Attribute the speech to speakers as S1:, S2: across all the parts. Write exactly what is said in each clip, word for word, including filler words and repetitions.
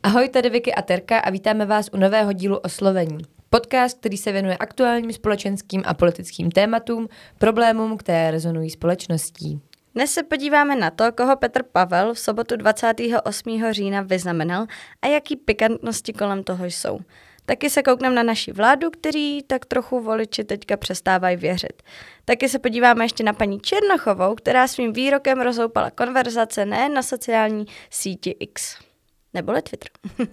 S1: Ahoj, tady Vicky a Terka a vítáme vás u nového dílu Oslovení. Podcast, který se věnuje aktuálním společenským a politickým tématům, problémům, které rezonují společností.
S2: Dnes se podíváme na to, koho Petr Pavel v sobotu dvacátého osmého října vyznamenal a jaký pikantnosti kolem toho jsou. Taky se koukneme na naši vládu, který tak trochu voliči teďka přestávají věřit. Taky se podíváme ještě na paní Černochovou, která svým výrokem rozhoupala konverzace nejen na sociální síti X. Neboli Twitter.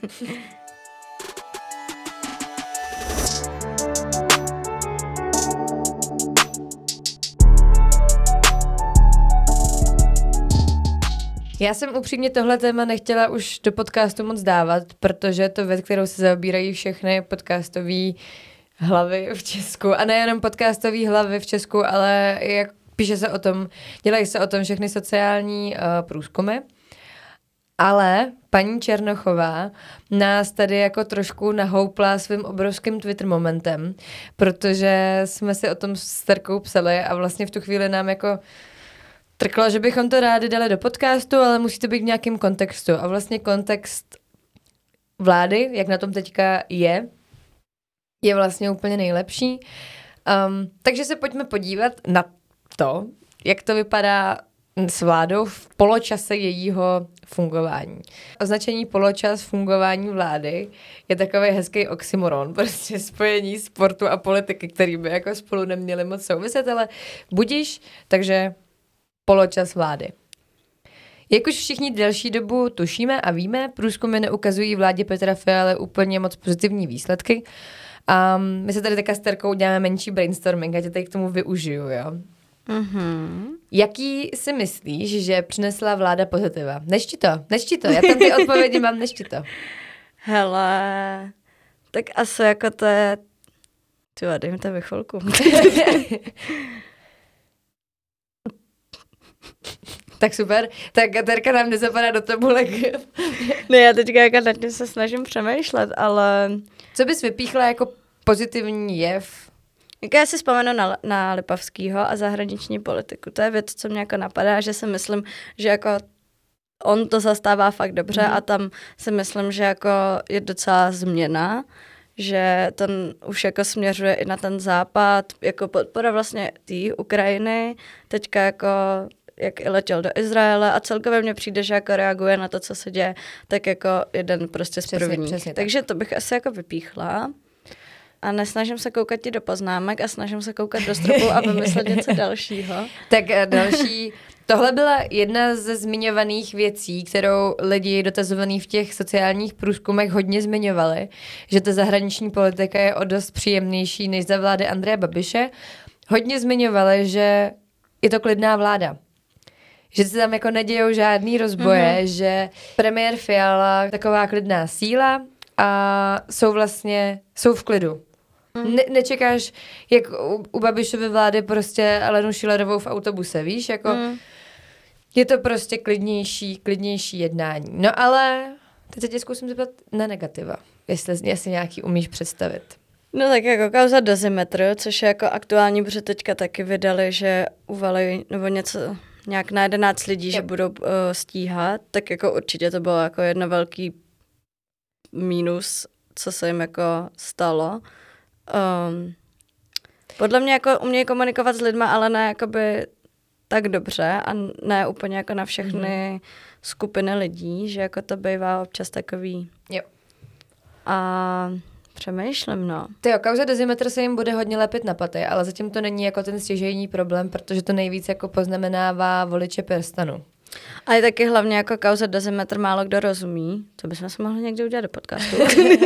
S1: Já jsem upřímně tohle téma nechtěla už do podcastu moc dávat, protože je to věc, kterou se zaobírají všechny podcastové hlavy v Česku. A nejenom podcastové hlavy v Česku, ale jak píše se o tom, dělají se o tom všechny sociální uh, průzkumy. Ale paní Černochová nás tady jako trošku nahoupla svým obrovským Twitter momentem, protože jsme si o tom s Terkou psali a vlastně v tu chvíli nám jako trklo, že bychom to rádi dali do podcastu, ale musí to být v nějakém kontextu. A vlastně kontext vlády, jak na tom teďka je, je vlastně úplně nejlepší. Um, takže se pojďme podívat na to, jak to vypadá s vládou v poločase jejího fungování. Označení poločas fungování vlády je takový hezký oxymoron, prostě spojení sportu a politiky, který by jako spolu neměli moc souviset, ale budiš, takže poločas vlády. Jak už všichni delší dobu tušíme a víme, průzkumy neukazují vládě Petra Fialy úplně moc pozitivní výsledky. A my se tady taká s Terkou děláme menší brainstorming, a tě tady k tomu využiju, jo?
S2: Mm-hmm.
S1: Jaký si myslíš, že přinesla vláda pozitiva? Nešti to, nešti to, já tam ty odpovědi mám, nešti to.
S2: Hele, tak asi jako to je... Tyva, dej mi to chvilku.
S1: Tak super, tak Terka nám nezapadá do tabulek.
S2: Ne, já teďka jako nad tím se snažím přemýšlet, ale...
S1: Co bys vypíchla jako pozitivní jev?
S2: Jako já si vzpomenu na, na Lipavskýho a zahraniční politiku. To je věc, co mě jako napadá, že si myslím, že jako on to zastává fakt dobře mm. a tam si myslím, že jako je docela změna, že ten už jako směřuje i na ten západ, jako podpora vlastně té Ukrajiny, teďka jako jak i letěl do Izraele a celkově mně přijde, že jako reaguje na to, co se děje, tak jako jeden prostě z prvních. Takže to bych asi jako vypíchla. A nesnažím se koukat ti do poznámek a snažím se koukat do stropu a vymyslet něco dalšího.
S1: Tak další... Tohle byla jedna ze zmiňovaných věcí, kterou lidi dotazovaní v těch sociálních průzkumech hodně zmiňovali, že ta zahraniční politika je o dost příjemnější než za vlády Andreje Babiše. Hodně zmiňovali, že je to klidná vláda. Že se tam jako nedějou žádný rozboje, mm-hmm. že premiér Fiala taková klidná síla a jsou vlastně, jsou v klidu. Mm. Ne, nečekáš, jak u, u Babišovy vlády prostě Alenu Schillerovou v autobuse, víš, jako mm. je to prostě klidnější, klidnější jednání. No ale teď se tě zkusím zeptat na negativa, jestli, jestli nějaký umíš představit.
S2: No tak jako kauza Dozimetr, což je jako aktuální, protože teďka taky vydali, že uvalí nebo něco nějak na jedenáct lidí, yep. že budou uh, stíhat, tak jako určitě to bylo jako jedno velký mínus, co se jim jako stalo. Um, podle mě jako umějí komunikovat s lidma, ale ne jakoby tak dobře a ne úplně jako na všechny mm-hmm. skupiny lidí, že jako to bývá občas takový.
S1: Jo.
S2: A přemýšlím, no.
S1: Tyjo, kauza Dozimetr se jim bude hodně lepit na paty, ale zatím to není jako ten stěžejní problém, protože to nejvíc jako poznamenává voliče Pirstanu.
S2: A je taky hlavně jako kauza Dozimetr málo kdo rozumí, to bychom se mohli někdy udělat do podcastu.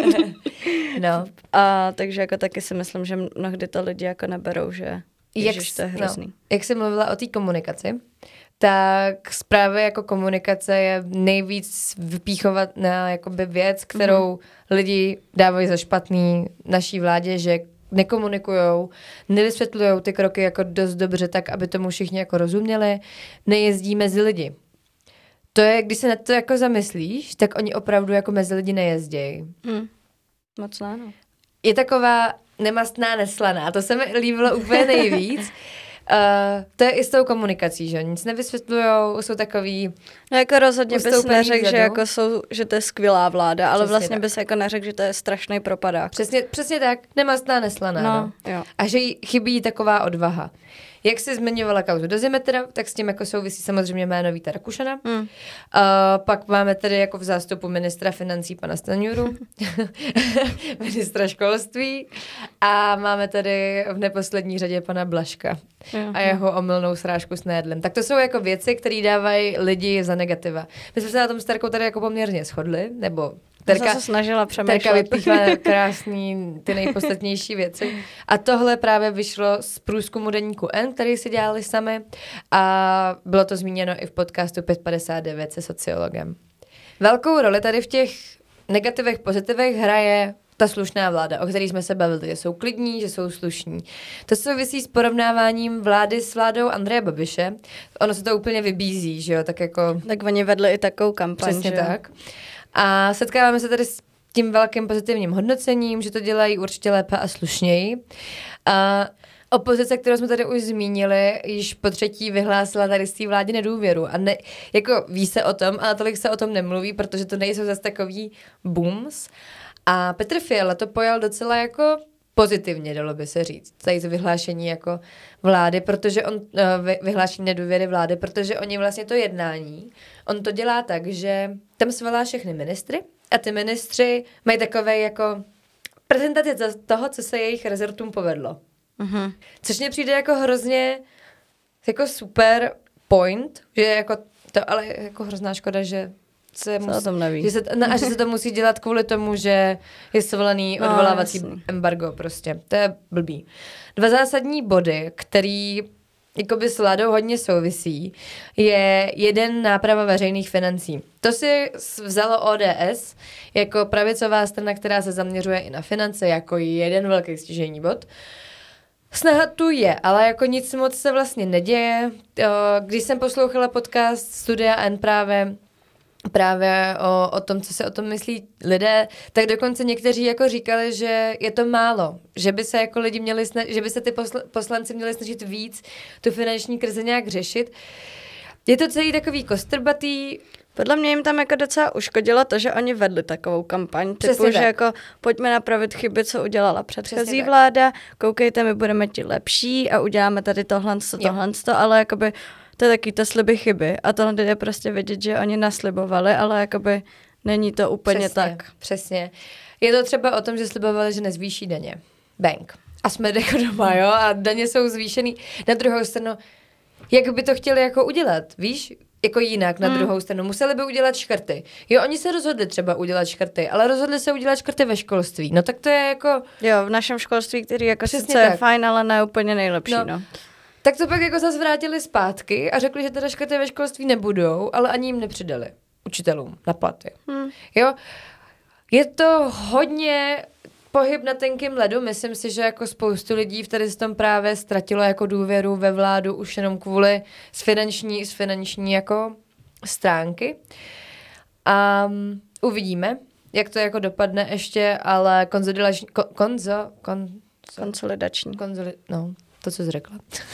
S1: No.
S2: A takže jako taky si myslím, že mnohdy to lidi jako neberou, že ježiš, to je hrozný.
S1: No, jak jsi mluvila o té komunikaci, tak právě jako komunikace je nejvíc vypíchovat na jakoby věc, kterou mm-hmm. lidi dávají za špatný naší vládě, že nekomunikujou, nevysvětlujou ty kroky jako dost dobře tak, aby tomu všichni jako rozuměli, nejezdí mezi lidi. To je, když se na to jako zamyslíš, tak oni opravdu jako mezi lidi nejezdějí.
S2: Mm. Moc ne, no.
S1: Je taková nemastná, neslaná, to se mi líbilo úplně nejvíc. to je i s tou komunikací, že nic nevysvětlujou, jsou takový...
S2: No jako rozhodně bys neřekl,
S1: vzadu.
S2: že, jako jsou, že to je skvělá vláda, ale
S1: Přesně
S2: vlastně
S1: tak.
S2: bys jako neřekl, že to je strašný propadák.
S1: Přesně, přesně tak, nemastná, neslaná.
S2: No,
S1: No.
S2: jo.
S1: A že jí chybí taková odvaha. Jak jsi zmiňovala kauzu Dozimetra, tak s tím jako souvisí samozřejmě jméno Víta Rakušana.
S2: Hmm.
S1: Uh, pak máme tedy jako v zástupu ministra financí pana Stanjuru, ministra školství a máme tady v neposlední řadě pana Blažka
S2: Jo.
S1: a jeho omylnou srážku s Nédlem. Tak to jsou jako věci, které dávají lidi za negativa. My jsme se na tom s Terkou tady jako poměrně shodli, nebo
S2: Terka, Já jsem se snažila přemýšlet.
S1: Terka vypíchla krásný, ty nejpodstatnější věci. A tohle právě vyšlo z průzkumu deníku N, který si dělali sami a bylo to zmíněno i v podcastu pět padesát devět se sociologem. Velkou roli tady v těch negativech, pozitivech hraje ta slušná vláda, o který jsme se bavili, že jsou klidní, že jsou slušní. To souvisí s porovnáváním vlády s vládou Andreje Babiše. Ono se to úplně vybízí, že jo, tak jako...
S2: Tak oni vedli i takovou kampaň,
S1: Přesně
S2: že?
S1: tak. A setkáváme se tady s tím velkým pozitivním hodnocením, že to dělají určitě lépe a slušněji. A opozice, kterou jsme tady už zmínili, již po třetí vyhlásila tady z té vládě nedůvěru. A ne, jako ví se o tom, ale tolik se o tom nemluví, protože to nejsou zase takový booms. A Petr Fiala to pojal docela jako pozitivně, dalo by se říct, tady to vyhlášení jako vlády, protože on, vyhlášení nedůvěry vlády, protože oni vlastně to jednání, on to dělá tak, že tam svolá všechny ministry a ty ministři mají takové jako prezentaci toho, co se jejich rezortům povedlo.
S2: Uh-huh.
S1: Což mně přijde jako hrozně jako super point, že jako to, ale jako hrozná škoda, že se
S2: Co
S1: musí,
S2: o tom neví.
S1: že se, no, a že se to musí dělat kvůli tomu, že je svolený
S2: No,
S1: odvolávací
S2: jasný.
S1: embargo prostě. To je blbý. Dva zásadní body, který jakoby s vládou hodně souvisí, je jeden náprava veřejných financí. To si vzalo O D S jako pravicová strana, která se zaměřuje i na finance, jako jeden velký stěžejní bod. Snaha tu je, ale jako nic moc se vlastně neděje. Když jsem poslouchala podcast Studia N právě právě o, o tom, co se o tom myslí lidé, tak dokonce někteří jako říkali, že je to málo, že by se jako lidi měli snažit, že by se ty posl- poslanci měli snažit víc tu finanční krizi nějak řešit. Je to celý takový kostrbatý.
S2: Podle mě jim tam jako docela uškodilo to, že oni vedli takovou kampaň, typu,
S1: Přesně
S2: že
S1: tak.
S2: jako pojďme napravit chyby, co udělala předchozí
S1: Přesně tak.
S2: vláda, koukejte, my budeme ti lepší a uděláme tady tohle, tohle, ale jakoby to je taky to sliby chyby a tohle je prostě vidět, že oni naslibovali, ale jakoby není to úplně
S1: Přesně,
S2: tak.
S1: Přesně. Je to třeba o tom, že slibovali, že nezvýší daně. Bank. A jsme jako doma, jo? A daně jsou zvýšený. Na druhou stranu, jak by to chtěli jako udělat, víš? Jako jinak, na hmm. druhou stranu. Museli by udělat škrty. Jo, oni se rozhodli třeba udělat škrty, ale rozhodli se udělat škrty ve školství. No tak to je jako...
S2: Jo, v našem školství, který jako
S1: Přesně
S2: sice je
S1: tak.
S2: fajn, ale ne úplně nejlepší, no. no.
S1: Tak to pak jako zase vrátili zpátky a řekli, že teda škrty ve školství nebudou, ale ani jim nepřidali učitelům na platy.
S2: Hmm.
S1: Jo, je to hodně pohyb na tenkým ledu. Myslím si, že jako spoustu lidí v tady tom právě ztratilo jako důvěru ve vládu už jenom kvůli z finanční, z finanční jako stránky. A um, uvidíme, jak to jako dopadne ještě, ale konzolidační, kon, konzo, kon,
S2: Konsolidační.
S1: konzoli, no, to, co jsi řekla,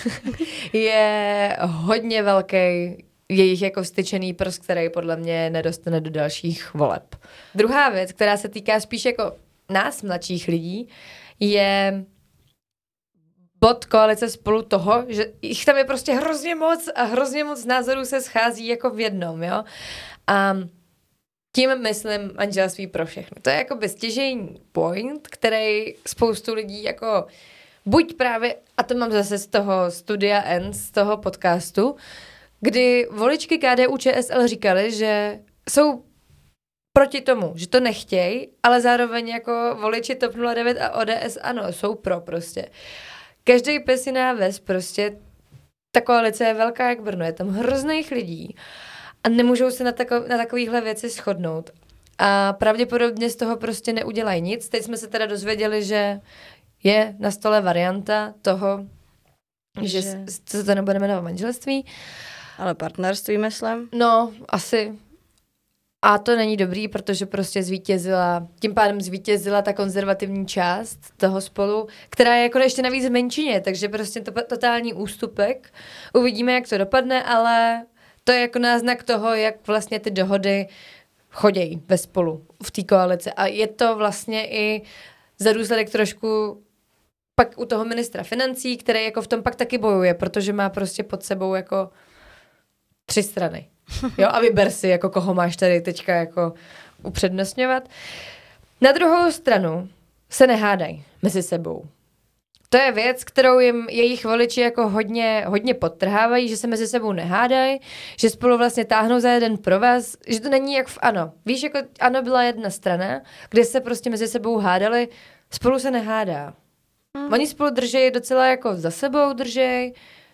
S1: je hodně velký jejich jako styčený prst, který podle mě nedostane do dalších voleb. Druhá věc, která se týká spíš jako nás, mladších lidí, je bod koalice Spolu toho, že jich tam je prostě hrozně moc a hrozně moc názorů se schází jako v jednom, jo. A tím myslím manželství pro všechny. To je jako stěžejní point, který spoustu lidí jako buď právě, a to mám zase z toho Studia N, z toho podcastu, kdy voličky K D U Č S L říkali, že jsou proti tomu, že to nechtějí, ale zároveň jako voliči TOP nula devět a O D S ano, jsou pro prostě. Každý pes jiná ves prostě, ta koalice je velká jak Brno, je tam hrozných lidí a nemůžou se na, tako, na takovýchhle věci shodnout. A pravděpodobně z toho prostě neudělají nic. Teď jsme se teda dozvěděli, že je na stole varianta toho, že, že se to nebude jmenovat manželství.
S2: Ale partnerství, myslím.
S1: No, asi. A to není dobrý, protože prostě zvítězila, tím pádem zvítězila ta konzervativní část toho spolu, která je jako ještě navíc v menšině, takže prostě to totální ústupek. Uvidíme, jak to dopadne, ale to je jako náznak toho, jak vlastně ty dohody chodějí ve spolu v té koalici. A je to vlastně i za důsledek trošku pak u toho ministra financí, který jako v tom pak taky bojuje, protože má prostě pod sebou jako tři strany. Jo, a vyber si, jako koho máš tady teďka jako upřednostňovat. Na druhou stranu se nehádají mezi sebou. To je věc, kterou jim jejich voliči jako hodně, hodně podtrhávají, že se mezi sebou nehádají, že spolu vlastně táhnou za jeden provaz, že to není jak v ANO. Víš, jako ANO byla jedna strana, kde se prostě mezi sebou hádali, spolu se nehádá. Mm. Oni spolu držejí docela jako za sebou držejí.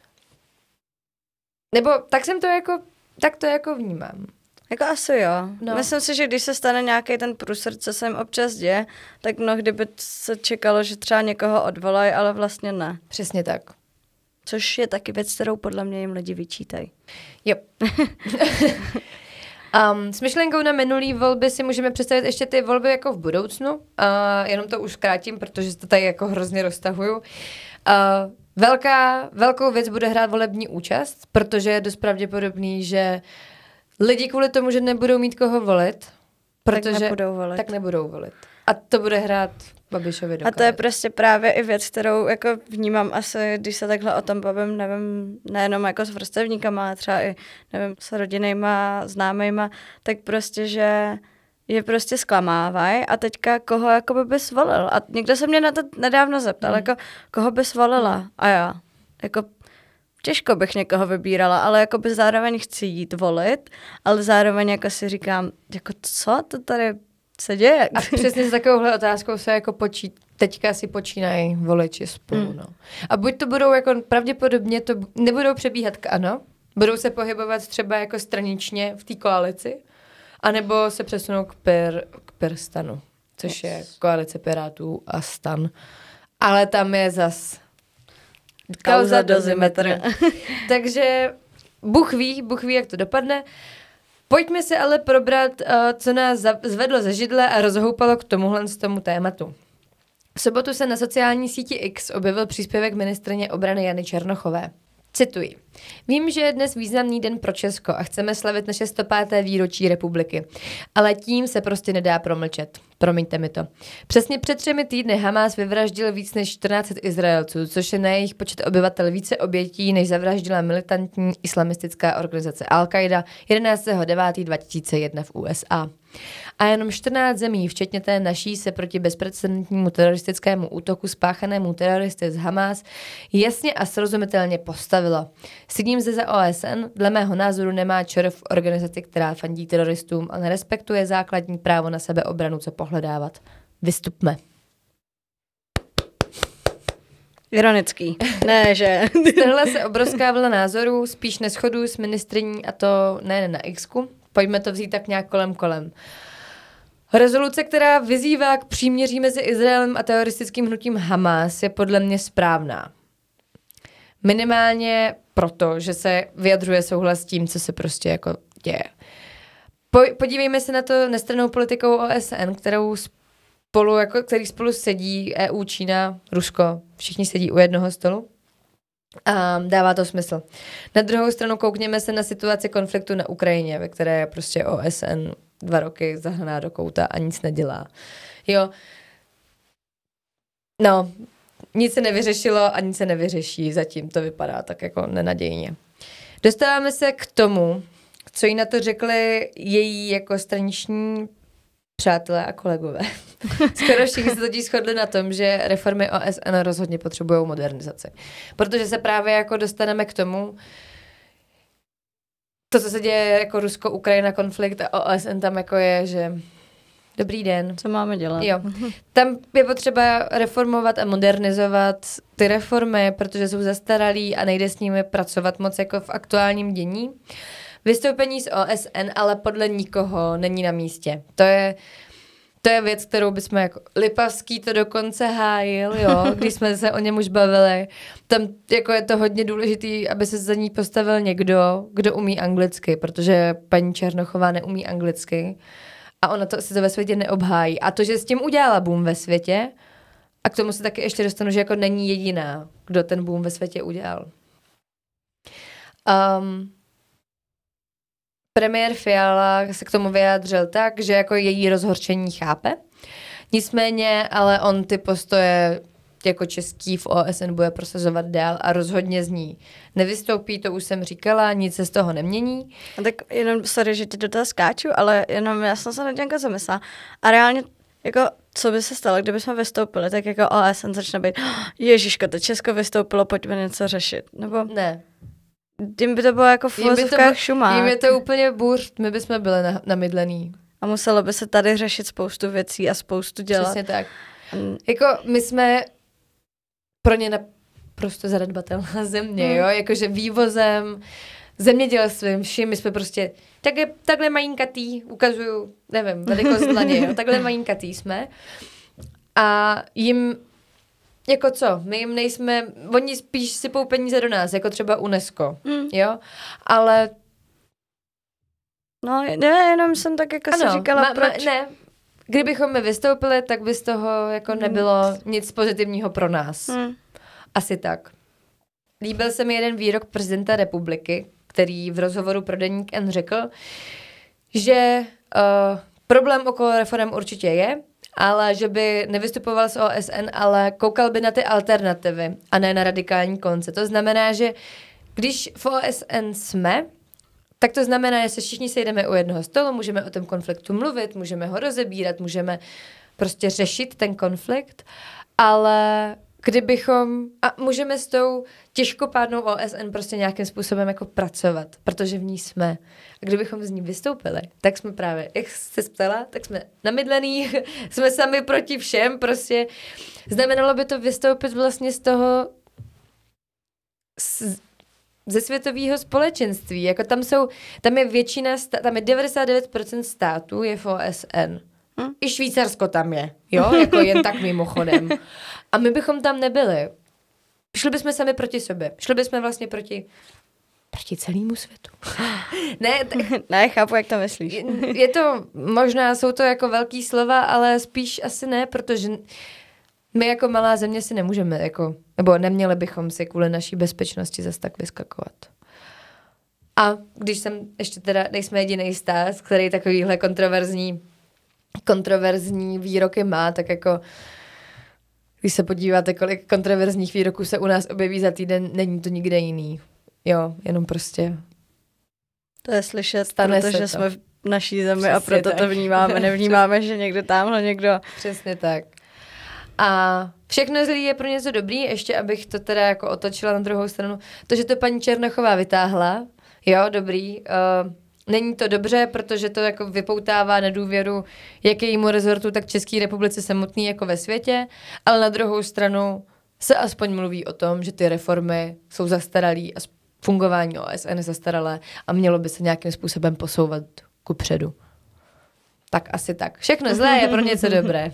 S1: Nebo tak jsem to jako, tak to jako vnímám.
S2: Jako asi jo.
S1: No.
S2: Myslím si, že když se stane nějaký ten průser, co se jim občas děje, tak mnohdy by se čekalo, že třeba někoho odvolají, ale vlastně ne.
S1: Přesně tak.
S2: Což je taky věc, kterou podle mě jim lidi vyčítají.
S1: Jo. um, s myšlenkou na minulý volby si můžeme představit ještě ty volby jako v budoucnu. Uh, jenom to už zkrátím, protože to tady jako hrozně roztahuju. Uh, velká, velkou věc bude hrát volební účast, protože je dost pravděpodobný, že lidi kvůli tomu, že nebudou mít koho volit, protože
S2: tak nebudou volit.
S1: Tak nebudou volit. A to bude hrát Babišovi do
S2: A to je prostě právě i věc, kterou jako vnímám asi, když se takhle o tom bavím, nevím, nejenom jako s vrstevníkama, ale třeba i, nevím, s rodinnýma, známejma, tak prostě, že je prostě zklamávají a teďka koho jako by bys volil. A někdo se mě na to nedávno zeptal, hmm. jako koho bys volila. A já, jako těžko bych někoho vybírala, ale jako by zároveň chci jít volit, ale zároveň jako si říkám, jako co to tady se děje?
S1: A přesně s takovouhle otázkou se jako počít, teďka si počínají voliči spolu, mm. no. A buď to budou jako pravděpodobně, to nebudou přebíhat k ANO, budou se pohybovat třeba jako straničně v té koalici, anebo se přesunou k PIR, k PIR stanu, což je koalice Pirátů a stan. Ale tam je zas kauza dozimetr. Takže Bůh ví, Bůh ví, jak to dopadne. Pojďme se ale probrat, uh, co nás zvedlo ze židle a rozhoupalo k tomuhle z tomu tématu. V sobotu se na sociální síti X objevil příspěvek ministryně obrany Jany Černochové. Cituji. Vím, že je dnes významný den pro Česko a chceme slavit naše sto páté výročí republiky. Ale tím se prostě nedá promlčet. Promiňte mi to. Přesně před třemi týdny Hamás vyvraždil víc než čtrnáct set Izraelců, což je na jejich počet obyvatel více obětí, než zavraždila militantní islamistická organizace Al-Qaida jedenáctého devátého dva tisíce jedna v U S A. A jenom čtrnáct zemí, včetně té naší, se proti bezprecedentnímu teroristickému útoku spáchanému teroristy z Hamás jasně a srozumitelně postavilo. Sedím zde za O S N, dle mého názoru nemá čer v organizaci, která fandí teroristům a nerespektuje základní právo na sebeobranu, co pohledávat. Vystupme.
S2: Ironický. Ne, že?
S1: Strhla se obrovská vlna názorů, spíš neschodů s ministryní, a to ne na X-ku. Pojďme to vzít tak nějak kolem kolem. Rezoluce, která vyzývá k příměří mezi Izraelem a teroristickým hnutím Hamás, je podle mě správná. Minimálně proto, že se vyjadřuje souhlas s tím, co se prostě jako děje. Podívejme se na to nestrannou politikou O S N, kterou spolu, jako, který spolu sedí E U, Čína, Rusko, všichni sedí u jednoho stolu. A dává to smysl. Na druhou stranu koukněme se na situaci konfliktu na Ukrajině, ve které je prostě O S N dva roky zahnaná do kouta a nic nedělá. Jo. No, nic se nevyřešilo a nic se nevyřeší. Zatím to vypadá tak jako nenadějně. Dostáváme se k tomu, co jí na to řekli její jako straniční přátelé a kolegové. Skoro všichni se totiž shodli na tom, že reformy O S N rozhodně potřebují modernizaci. Protože se právě jako dostaneme k tomu, to, co se děje jako Rusko-Ukrajina konflikt a O S N tam jako je, že dobrý den.
S2: Co máme dělat?
S1: Jo. Tam je potřeba reformovat a modernizovat ty reformy, protože jsou zastaralý a nejde s nimi pracovat moc jako v aktuálním dění. Vystoupení z O S N ale podle nikoho není na místě. To je to je věc, kterou bychom jako... Lipavský to dokonce hájil, jo, když jsme se o něm už bavili. Tam jako je to hodně důležitý, aby se za ní postavil někdo, kdo umí anglicky, protože paní Černochová neumí anglicky a ona to si to ve světě neobhájí. A to, že s tím udělala boom ve světě, a k tomu se taky ještě dostanu, že jako není jediná, kdo ten boom ve světě udělal. Um, premiér Fiala se k tomu vyjádřil tak, že jako její rozhorčení chápe. Nicméně, ale on ty postoje jako český v O S N bude prosazovat dál a rozhodně z ní nevystoupí, to už jsem říkala, nic se z toho nemění.
S2: A tak jenom, sorry, že ti do toho skáču, ale jenom já jsem se na těmka zamyslela. A reálně, jako, co by se stalo, kdyby jsme vystoupili, tak jako O S N začne být, ježiško, to Česko vystoupilo, pojďme něco řešit. Nebo...
S1: Ne.
S2: Tím by to bylo jako v uvozovkách šumák.
S1: Jím je to úplně bůř, my bychom byli na, namydlený.
S2: A muselo by se tady řešit spoustu věcí a spoustu dělat.
S1: Přesně tak. Um, jako my jsme pro ně naprosto zanedbatelná země, hmm. jo, jakože vývozem, zemědělstvím, vším, my jsme prostě takhle, takhle majinkatý, ukazuju, nevím, velikost dlaně, jo, takhle majinkatý jsme. A jim, jako co, my jim nejsme, oni spíš sypou peníze do nás, jako třeba UNESCO, hmm. jo, ale
S2: no, ne, jenom jsem tak jako ano, si říkala, ma, proč.
S1: Ma, ne, kdybychom my vystoupili, tak by z toho jako nebylo hmm. nic pozitivního pro nás. Hmm. Asi tak. Líbil se mi jeden výrok prezidenta republiky, který v rozhovoru pro Deník N řekl, že uh, problém okolo reform určitě je, ale že by nevystupoval z O S N, ale koukal by na ty alternativy a ne na radikální konce. To znamená, že když v O S N jsme, tak to znamená, že se všichni sejdeme u jednoho stolu, můžeme o tom konfliktu mluvit, můžeme ho rozebírat, můžeme prostě řešit ten konflikt, ale kdybychom, a můžeme s tou těžkopádnou O S N prostě nějakým způsobem jako pracovat, protože v ní jsme. A kdybychom z ní vystoupili, tak jsme právě, jak jste ptala, tak jsme namydlený, jsme sami proti všem, prostě znamenalo by to vystoupit vlastně z toho z, ze světového společenství, jako tam jsou, tam je většina, tam je devadesát devět procent států je v O S N. Hm? I Švýcarsko tam je, jo, jako jen tak mimochodem. A my bychom tam nebyli. Šli bychom sami proti sobě. Šli bychom vlastně proti, proti celému světu. ne, t-
S2: ne, chápu, jak to myslíš.
S1: je, je to, možná jsou to jako velký slova, ale spíš asi ne, protože my jako malá země si nemůžeme, jako, nebo neměli bychom si kvůli naší bezpečnosti zase tak vyskakovat. A když jsem ještě teda, nejsme jediný stát, který takovýhle kontroverzní kontroverzní výroky má, tak jako když se podíváte, kolik kontroverzních výroků se u nás objeví za týden, není to nikde jiný. Jo, jenom prostě
S2: to je slyšet, stane protože jsme v naší zemi. Přesně a proto tak. To vnímáme. Nevnímáme, že někde tamhle někdo.
S1: Přesně tak. A všechno zlý je pro něco dobrý, ještě abych to teda jako otočila na druhou stranu. To, že to paní Černochová vytáhla, jo, dobrý, uh, není to dobře, protože to jako vypoutává nedůvěru jak jejímu rezortu, tak České republice samotný jako ve světě, ale na druhou stranu se aspoň mluví o tom, že ty reformy jsou zastaralý a fungování O S N je zastaralé a mělo by se nějakým způsobem posouvat kupředu. Tak asi tak. Všechno zlé je pro něco dobré.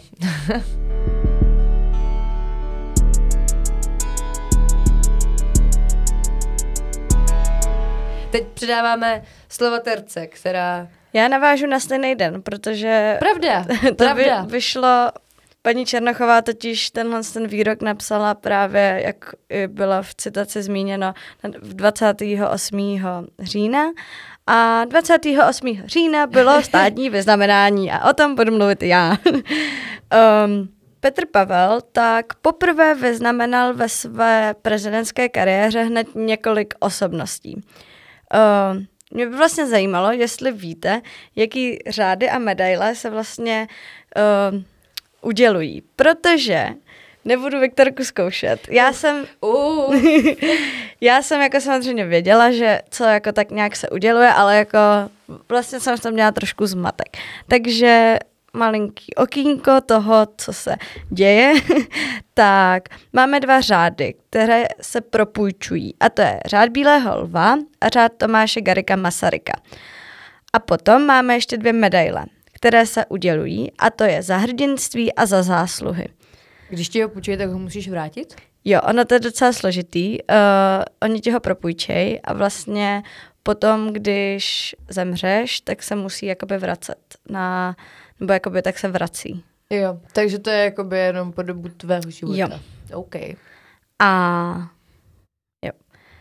S1: Teď předáváme slovo Terce, která...
S2: Já navážu na stejný den, protože...
S1: Pravda,
S2: to
S1: pravda.
S2: Vy, vyšlo... Paní Černochová totiž tenhle ten výrok napsala právě, jak byla v citaci zmíněno, dvacátého osmého října. A dvacátého osmého října bylo státní vyznamenání a o tom budu mluvit já. um, Petr Pavel tak poprvé vyznamenal ve své prezidentské kariéře hned několik osobností. Uh, mě by vlastně zajímalo, jestli víte, jaký řády a medaile se vlastně uh, udělují, protože nebudu Viktorku zkoušet. Já jsem uh. já jsem jako samozřejmě věděla, že co jako tak nějak se uděluje, ale jako vlastně jsem tam měla trošku zmatek. Takže malinký okýnko toho, co se děje, tak máme dva řády, které se propůjčují. A to je řád Bílého lva a řád Tomáše Garrigua Masaryka. A potom máme ještě dvě medaile, které se udělují, a to je za hrdinství a za zásluhy.
S1: Když ti ho půjčí, tak ho musíš vrátit?
S2: Jo, ono to je docela složitý. Uh, oni ti ho propůjčej a vlastně potom, když zemřeš, tak se musí jakoby vracet na, nebo jakoby tak se vrací.
S1: Jo, takže to je jakoby jenom po dobu tvého života.
S2: Jo.
S1: OK.
S2: A jo.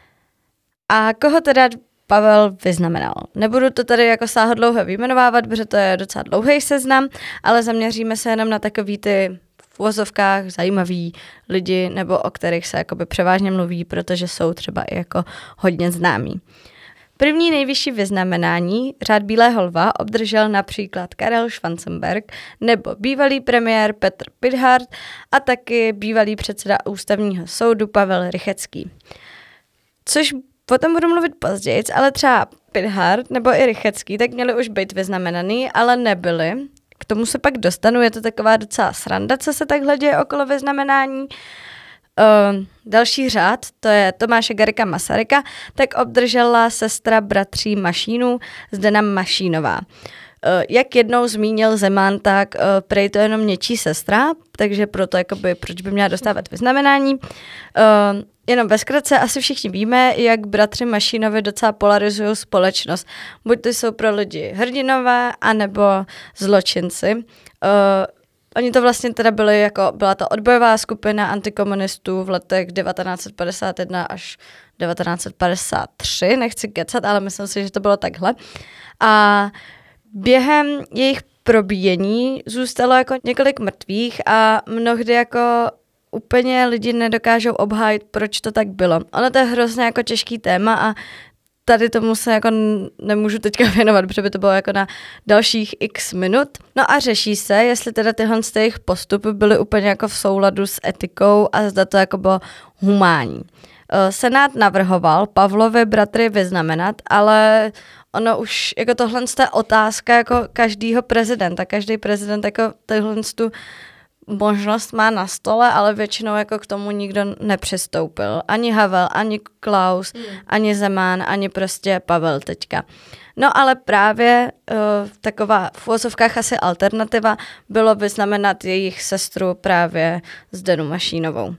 S2: A koho teda Pavel vyznamenal? Nebudu to tady jako sáhodlouho vyjmenovávat, protože to je docela dlouhý seznam, ale zaměříme se jenom na takový ty v uvozovkách zajímavý lidi, nebo o kterých se jakoby převážně mluví, protože jsou třeba i jako hodně známí. První nejvyšší vyznamenání, řád Bílého lva, obdržel například Karel Schwarzenberg nebo bývalý premiér Petr Pithart a taky bývalý předseda ústavního soudu Pavel Rychetský. Což o tom budu mluvit později, ale třeba Pithart nebo i Rychetský tak měli už být vyznamenaný, ale nebyli. K tomu se pak dostanu, je to taková docela sranda, co se takhle děje okolo vyznamenání. Uh, další řád, to je Tomáše Garrigua Masaryka, tak obdržela sestra bratří Mašínů Zdena Mašínová. Uh, jak jednou zmínil Zeman, tak uh, prej to jenom něčí sestra, takže proto jakoby, proč by měla dostávat vyznamenání. Uh, jenom ve zkratce asi všichni víme, jak bratři Mašínovi docela polarizují společnost. Buď to jsou pro lidi hrdinové, anebo zločinci. Uh, Oni to vlastně teda byli jako, byla to odbojová skupina antikomunistů v letech devatenáct set padesát jedna až devatenáct set padesát tři, nechci kecat, ale myslím si, že to bylo takhle. A během jejich probíjení zůstalo jako několik mrtvých a mnohdy jako úplně lidi nedokážou obhájit, proč to tak bylo. Ono to je hrozně jako těžký téma a tady tomu se jako nemůžu teďka věnovat, protože by to bylo jako na dalších x minut. No a řeší se, jestli teda tyhle z těch postupy byly úplně jako v souladu s etikou a zda to jako bylo humánní. Senát navrhoval Pavlovi bratry vyznamenat, ale ono už jako tohle je otázka jako každýho prezidenta. Každý prezident jako tohle tu možnost má na stole, ale většinou jako k tomu nikdo nepřistoupil. Ani Havel, ani Klaus, hmm. ani Zeman, ani prostě Pavel teďka. No ale právě uh, taková v uvozovkách asi alternativa bylo vyznamenat jejich sestru právě Zdenu Mašínovou.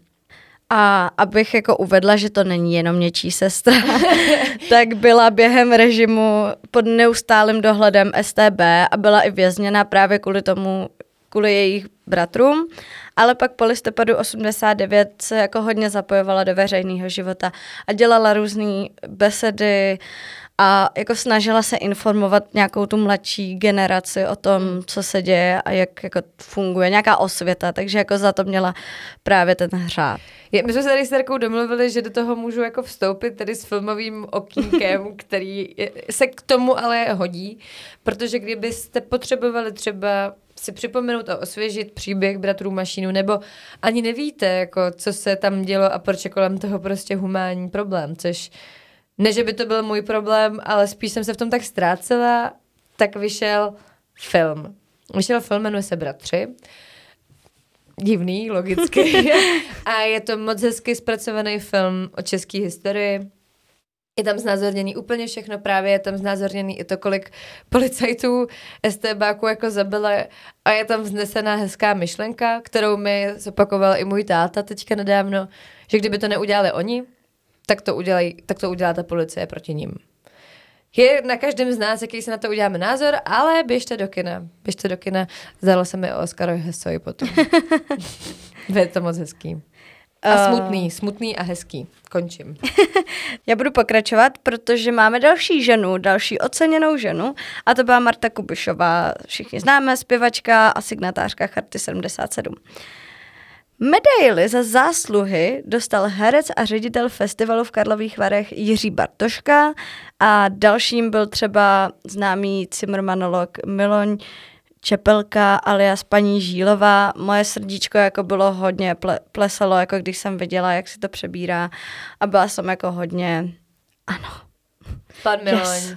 S2: A abych jako uvedla, že to není jenom něčí sestra, tak byla během režimu pod neustálým dohledem S T B a byla i vězněna právě kvůli tomu, kvůli jejich bratrům, ale pak po listopadu osmdesát devět se jako hodně zapojovala do veřejného života a dělala různé besedy a jako snažila se informovat nějakou tu mladší generaci o tom, co se děje a jak jako funguje, nějaká osvěta, takže jako za to měla právě ten řád.
S1: Je, my jsme se tady s Terkou domluvili, že do toho můžu jako vstoupit tady s filmovým okýnkem, který se k tomu ale hodí, protože kdybyste potřebovali třeba si připomenout a osvěžit příběh bratrů Mašínů, nebo ani nevíte, jako, co se tam dělo a proč je kolem toho prostě humánní problém, což ne, že by to byl můj problém, ale spíš jsem se v tom tak ztrácela, tak vyšel film. Vyšel film, jmenuje se Bratři. Divný, logicky. A je to moc hezky zpracovaný film o české historii. Je tam znázorněný úplně všechno, právě je tam znázorněný i to, kolik policajtů STBáků jako zabila a je tam vznesená hezká myšlenka, kterou mi zopakoval i můj táta teďka nedávno, že kdyby to neudělali oni, tak to, udělaj, tak to udělá ta policie proti ním. Je na každém z nás, jaký si na to uděláme názor, ale běžte do kina. Běžte do kina. Zdalo se mi o Oscarovi Hesovi potom. Je to moc hezký. A smutný, smutný a hezký. Končím.
S2: Já budu pokračovat, protože máme další ženu, další oceněnou ženu a to byla Marta Kubišová. Všichni známe, zpěvačka a signatářka Charty sedmdesát sedm. Medaili za zásluhy dostal herec a ředitel festivalu v Karlových Varech Jiří Bartoška a dalším byl třeba známý cimrmanolog Miloň Čepelka alias paní Žílová. Moje srdíčko jako bylo hodně ple- plesalo, jako když jsem viděla, jak si to přebírá a byla jsem jako hodně, ano.
S1: Pan Miloň.
S2: Yes.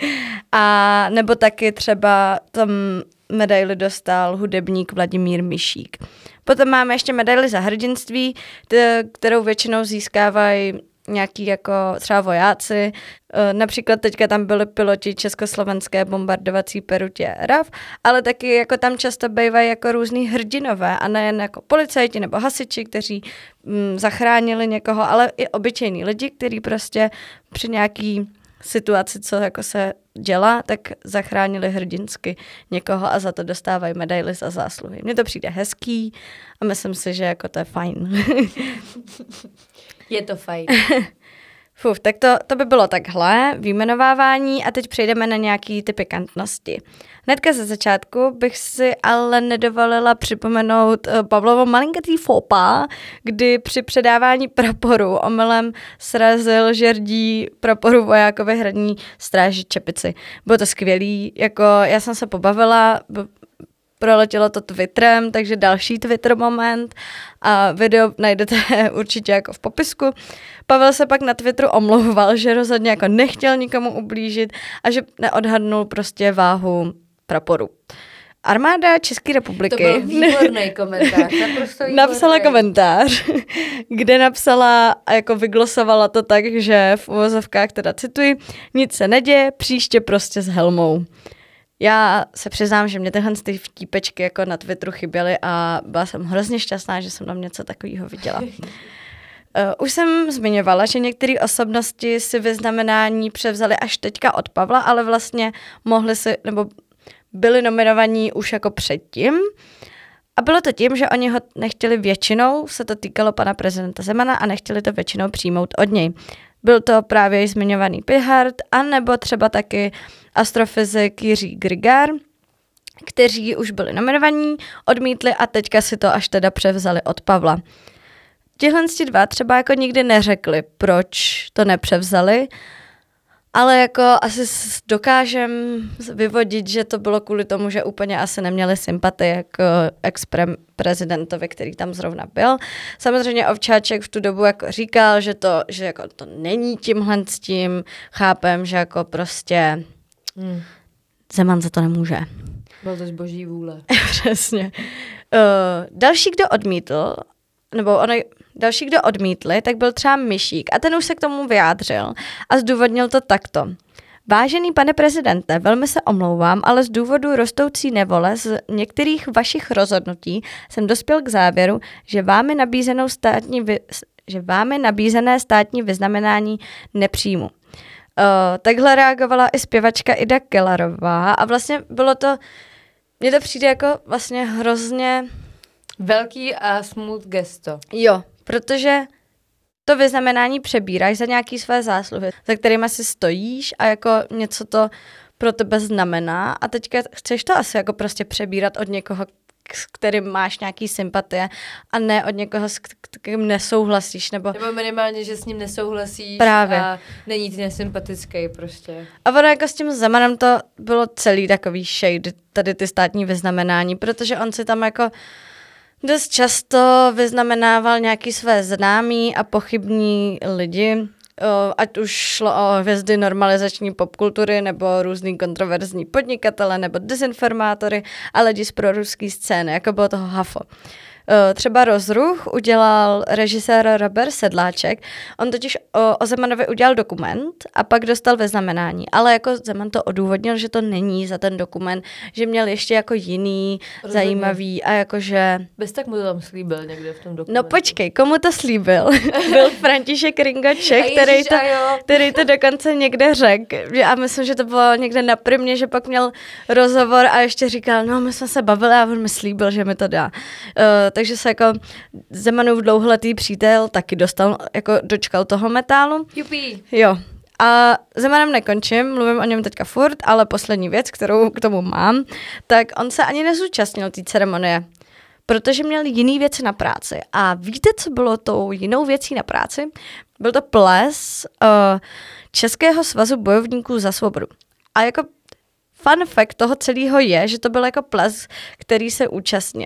S2: A nebo taky třeba tam medaili dostal hudebník Vladimír Mišík. Potom máme ještě medaili za hrdinství, kterou většinou získávají nějaký jako třeba vojáci, například teďka tam byli piloti československé bombardovací perutě R A F, ale taky jako tam často bývají jako různý hrdinové a nejen jako policajti nebo hasiči, kteří mm, zachránili někoho, ale i obyčejní lidi, kteří prostě při nějaký situaci, co jako se dělá, tak zachránili hrdinsky někoho a za to dostávají medaily za zásluhy. Mně to přijde hezký a myslím si, že jako to je fajn.
S1: Je to fajn.
S2: Fuf, tak to, to by bylo takhle, výjmenovávání a teď přejdeme na nějaký ty pikantnosti. Hnedka ze začátku bych si ale nedovolila připomenout uh, Pavlovo malinkatý fópa, kdy při předávání praporu omylem srazil žerdí praporu vojákovi hradní stráži Čepici. Bylo to skvělý, jako já jsem se pobavila, b- proletělo to Twitterem, takže další Twitter moment a video najdete určitě jako v popisku. Pavel se pak na Twitteru omlouval, že rozhodně jako nechtěl nikomu ublížit a že neodhadnul prostě váhu praporu. Armáda České republiky...
S1: To byl výborný komentář, naprosto výborný.
S2: Napsala komentář, kde napsala a jako vyglosovala to tak, že v uvozovkách teda cituji, nic se neděje, příště prostě s helmou. Já se přiznám, že mě tyhle ty vtípečky jako na Twitteru chyběly a byla jsem hrozně šťastná, že jsem tam něco takového viděla. Uh, už jsem zmiňovala, že některé osobnosti si vyznamenání převzali až teďka od Pavla, ale vlastně mohli si, nebo byli nominovaní už jako předtím. A bylo to tím, že oni ho nechtěli většinou, se to týkalo pana prezidenta Zemana a nechtěli to většinou přijmout od něj. Byl to právě zmiňovaný Pichard, anebo třeba taky astrofyzik Jiří Grigár, kteří už byli nominovaní, odmítli a teďka si to až teda převzali od Pavla. Tihle dva třeba jako nikdy neřekli, proč to nepřevzali, ale jako asi dokážem vyvodit, že to bylo kvůli tomu, že úplně asi neměli sympatie k ex-prezidentovi, který tam zrovna byl. Samozřejmě Ovčáček v tu dobu jako říkal, že to, že jako to není tímhle s tím, chápem, že jako prostě hmm. Zeman za to nemůže.
S1: Byl to z boží vůle.
S2: Přesně. Uh, další, kdo odmítl, nebo ono, další, kdo odmítli, tak byl třeba Myšík a ten už se k tomu vyjádřil a zdůvodnil to takto. Vážený pane prezidente, velmi se omlouvám, ale z důvodu rostoucí nevole z některých vašich rozhodnutí jsem dospěl k závěru, že vámi nabízenou státní vy, že vámi nabízené státní vyznamenání nepřijmu. Uh, takhle reagovala i zpěvačka Ida Kellarová a vlastně bylo to, mně to přijde jako vlastně hrozně
S1: velký a smooth gesto.
S2: Jo, protože to vyznamenání přebíráš za nějaký své zásluhy, za kterými si stojíš a jako něco to pro tebe znamená a teďka chceš to asi jako prostě přebírat od někoho, s kterým máš nějaký sympatie a ne od někoho, s kterým nesouhlasíš. Nebo,
S1: nebo minimálně, že s ním nesouhlasíš
S2: právě.
S1: A není ti nesympatický prostě.
S2: A ono jako s tím Zemanem to bylo celý takový shade, tady ty státní vyznamenání, protože on si tam jako dost často vyznamenával nějaký své známí a pochybní lidi, ať už šlo o hvězdy normalizační popkultury nebo různý kontroverzní podnikatele nebo dezinformátory a lidi z proruské scény, jako bylo toho hafo. Třeba Rozruch udělal režisér Robert Sedláček, on totiž o, o Zemanovi udělal dokument a pak dostal vyznamenání, ale jako Zeman to odůvodnil, že to není za ten dokument, že měl ještě jako jiný, rozhodně zajímavý a jakože...
S1: Bez tak mu to tam slíbil někde v tom dokumentu.
S2: No počkej, komu to slíbil? Byl František Ringoček, který, to, který to dokonce někde řekl a myslím, že to bylo někde na Primě, že pak měl rozhovor a ještě říkal, no my jsme se bavili a on mi slíbil, že mi to dá. Uh, takže se jako Zemanův dlouholetý přítel taky dostal, jako dočkal toho metálu.
S1: Jupi.
S2: Jo. A Zemanem nekončím, mluvím o něm teďka furt, ale poslední věc, kterou k tomu mám, tak on se ani nezúčastnil té ceremonie, protože měl jiný věci na práci. A víte, co bylo tou jinou věcí na práci? Byl to ples uh, Českého svazu bojovníků za svobodu. A jako fun fact toho celého je, že to byl jako ples, který se účastnil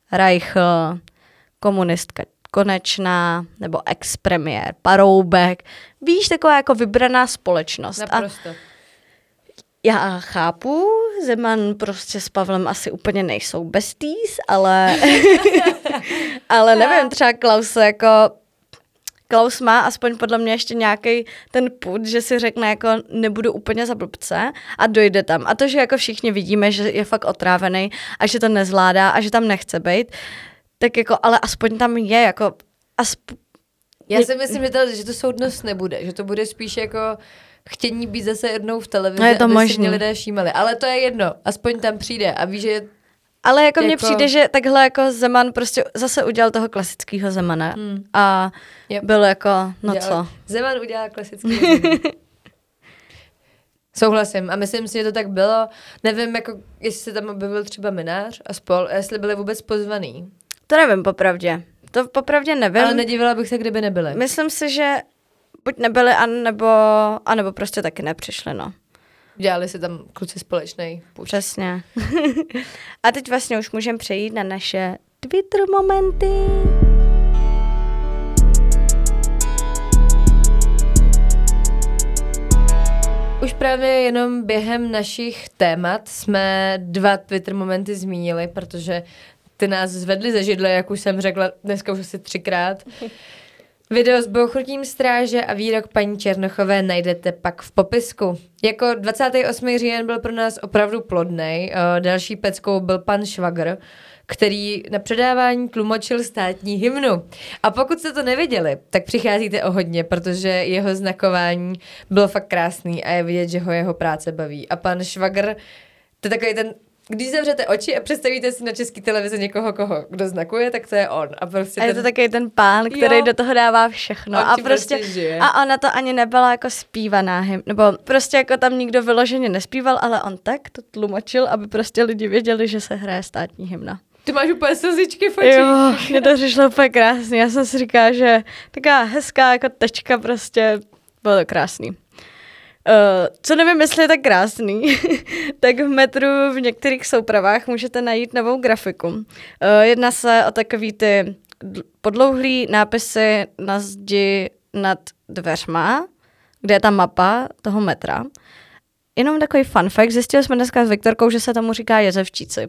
S2: Reichl, komunistka Konečná, nebo ex-premiér Paroubek. Víš, taková jako vybraná společnost.
S1: Naprosto.
S2: A já chápu, Zeman prostě s Pavlem asi úplně nejsou besties, ale, ale nevím, třeba Klaus jako Klaus má aspoň podle mě ještě nějaký ten pud, že si řekne jako nebudu úplně za blbce a dojde tam. A to, že jako všichni vidíme, že je fakt otrávený a že to nezvládá a že tam nechce být, tak jako, ale aspoň tam je jako aspoň...
S1: Já si myslím, že to, že to soudnost nebude, že to bude spíš jako chtění být zase jednou v televizi,
S2: no je to
S1: aby
S2: možný.
S1: si mě lidé všímali. Ale to je jedno, aspoň tam přijde a ví, že...
S2: Ale jako, jako... mně
S1: Jako-
S2: přijde, že takhle jako Zeman prostě zase udělal toho klasického Zemana
S1: Hmm.
S2: a
S1: Yep.
S2: byl jako, no
S1: Udělal-
S2: co.
S1: Zeman udělal klasický Zeman. Souhlasím a myslím si, že to tak bylo. Nevím, jako, jestli se tam objevil třeba Minář a spol, a jestli byli vůbec pozvaný.
S2: To nevím popravdě. To popravdě nevím.
S1: Ale nedivila bych se, kdyby nebyli.
S2: Myslím si, že buď nebyli, anebo, anebo prostě taky nepřišli, no.
S1: Dělali si tam kluci společnej puč.
S2: Přesně. A teď vlastně už můžeme přejít na naše Twitter momenty.
S1: Už právě jenom během našich témat jsme dva Twitter momenty zmínili, protože ty nás zvedly ze židle, jak už jsem řekla dneska už asi třikrát. Video s bouchnutím stráže a výrok paní Černochové najdete pak v popisku. Jako dvacátý osmý říjen byl pro nás opravdu plodnej. Další peckou byl pan Švagr, který na předávání tlumočil státní hymnu. A pokud jste to neviděli, tak přicházíte o hodně, protože jeho znakování bylo fakt krásný a je vidět, že ho jeho práce baví. A pan Švagr, to je takový ten, když zavřete oči a představíte si na české televizi někoho, koho, kdo znakuje, tak to je on. A, prostě
S2: a je
S1: ten...
S2: to takový ten pán, který
S1: Jo.
S2: do toho dává všechno.
S1: On
S2: A
S1: ti
S2: prostě,
S1: prostě žije.
S2: a ona to ani nebyla jako zpívaná hymna, nebo prostě jako tam nikdo vyloženě nespíval, ale on tak to tlumočil, aby prostě lidi věděli, že se hraje státní hymna.
S1: Ty máš úplně slzičky v očích.
S2: Jo, mě to přišlo úplně krásný. Já jsem si říkala, že taková hezká jako tečka prostě, bylo to krásný. Uh, co nevím, jestli je tak krásný, tak v metru v některých soupravách můžete najít novou grafiku. Uh, jedná se o takový ty podlouhlý nápisy na zdi nad dveřma, kde je ta mapa toho metra. Jenom takový fun fact, zjistili jsme dneska s Viktorkou, že se tomu říká jezevčíci.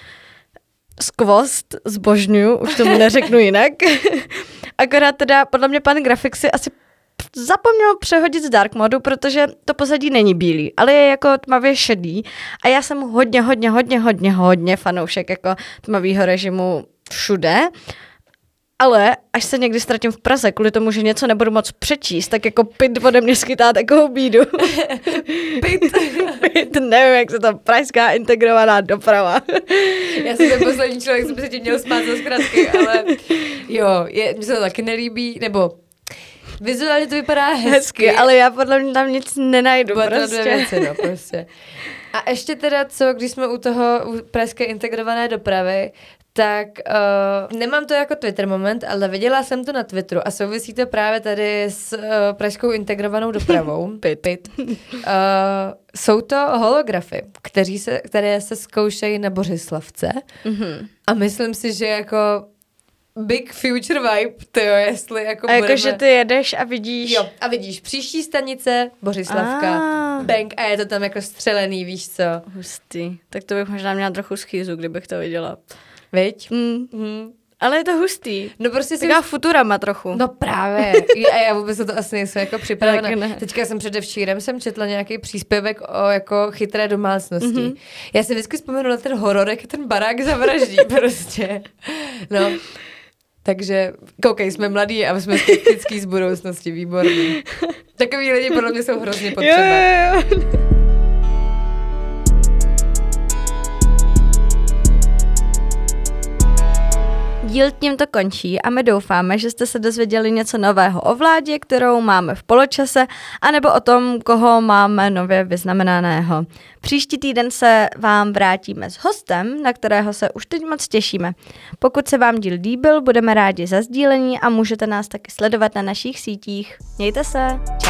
S2: Skvost, zbožňuju, už tomu neřeknu jinak. Akorát teda podle mě pan grafik si asi zapomněl přehodit z dark modu, protože to pozadí není bílý, ale je jako tmavě šedý a já jsem hodně, hodně, hodně, hodně, hodně fanoušek jako tmavýho režimu všude, ale až se někdy ztratím v Praze kvůli tomu, že něco nebudu moc přečíst, tak jako pit ode mě skytá takovou bídu.
S1: Pit.
S2: Pit, nevím, jak se to pražská integrovaná doprava.
S1: Já jsem ten poslední člověk, jsem se tím měl smát za zkratky, ale jo, je, mně se to taky nelíbí, nebo vizuálně to vypadá hezky,
S2: hezky, ale já podle mě tam nic nenajdu.
S1: Bude
S2: prostě.
S1: to dvě věci, no, prostě. A ještě teda, co, když jsme u toho, u pražské integrované dopravy, tak uh, nemám to jako Twitter moment, ale viděla jsem to na Twitteru a souvisí to právě tady s uh, pražskou integrovanou dopravou.
S2: Pit.
S1: Pit. Uh, jsou to holografy, kteří se, které se zkoušejí na Bořislavce
S2: Mm-hmm.
S1: a myslím si, že jako big future vibe, tyjo, jestli jako
S2: A jako,
S1: budeme...
S2: že ty jedeš a vidíš...
S1: Jo, a vidíš, příští stanice, Bořislavka,
S2: Ah.
S1: bank a je to tam jako střelený, víš co.
S2: Hustý. Tak to bych možná měla trochu schýzu, kdybych to viděla.
S1: Viď?
S2: Mm.
S1: Mhm.
S2: Ale je to hustý.
S1: No prostě si...
S2: Taková Futurama trochu.
S1: No právě. A já vůbec na to asi nejsem jako připravená.
S2: Tak ne.
S1: Teďka jsem předevčírem jsem četla nějaký příspěvek o jako chytré domácnosti. Mm-hmm. Já si vždycky vzpomenu na ten horor, jak ten barák zavraždí prostě. No. Takže koukej, jsme mladí a jsme skeptický z budoucnosti, výborný. Takový lidi podle mě jsou hrozně potřeba.
S2: Jo, jo, jo. Díl tímto končí a my doufáme, že jste se dozvěděli něco nového o vládě, kterou máme v poločase, anebo o tom, koho máme nově vyznamenaného. Příští týden se vám vrátíme s hostem, na kterého se už teď moc těšíme. Pokud se vám díl líbil, budeme rádi za sdílení a můžete nás taky sledovat na našich sítích. Mějte se, čau.